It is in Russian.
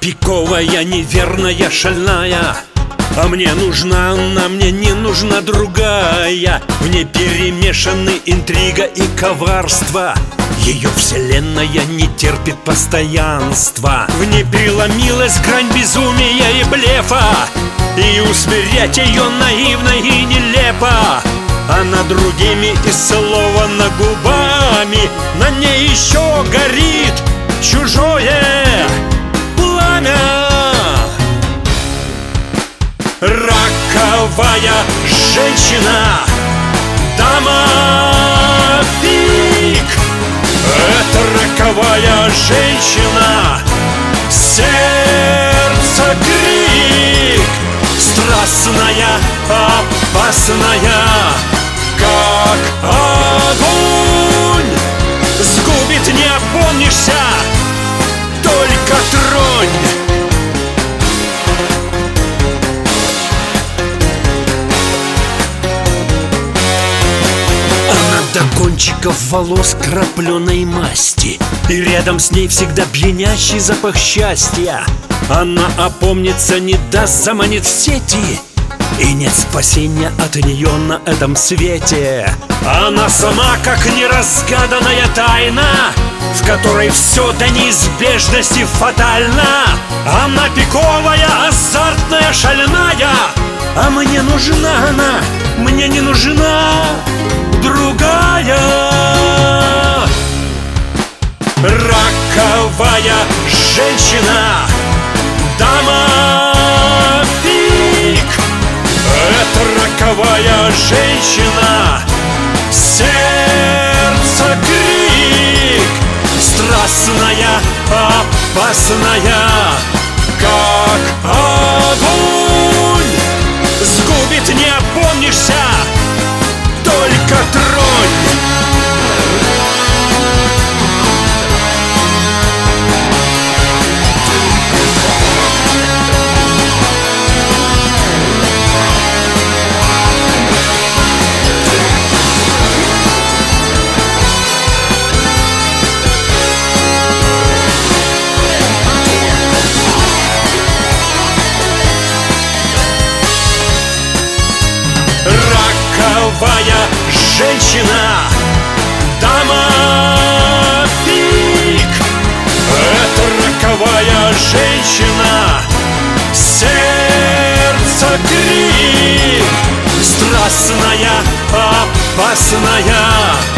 пиковая, неверная, шальная. А мне нужна она, мне не нужна другая. В ней перемешаны интрига и коварство. Ее вселенная не терпит постоянства. В ней преломилась грань безумия и блефа, и усмирять ее наивно и нелепо. Она другими исцелована губами, на ней еще горит чужое пламя. Роковая женщина, дама пик. Это роковая женщина, сердце крик. Страстная, опасная, как огонь. Сгубит, не опомнишься, только тронь. До кончиков волос крапленой масти, и рядом с ней всегда пьянящий запах счастья. Она опомнится, не даст, заманит в сети, и нет спасения от нее на этом свете. Она сама, как неразгаданная тайна, в которой все до неизбежности фатально. Она пиковая, азартная, шальная. А мне нужна она, мне не нужна другая. Роковая женщина, дама пик. Это роковая женщина, сердце крик. Страстная, опасная, как огонь. Сгубит, не опомнишься, только тронь. Роковая женщина, дама пик. Это роковая женщина, сердце крик. Страстная, опасная,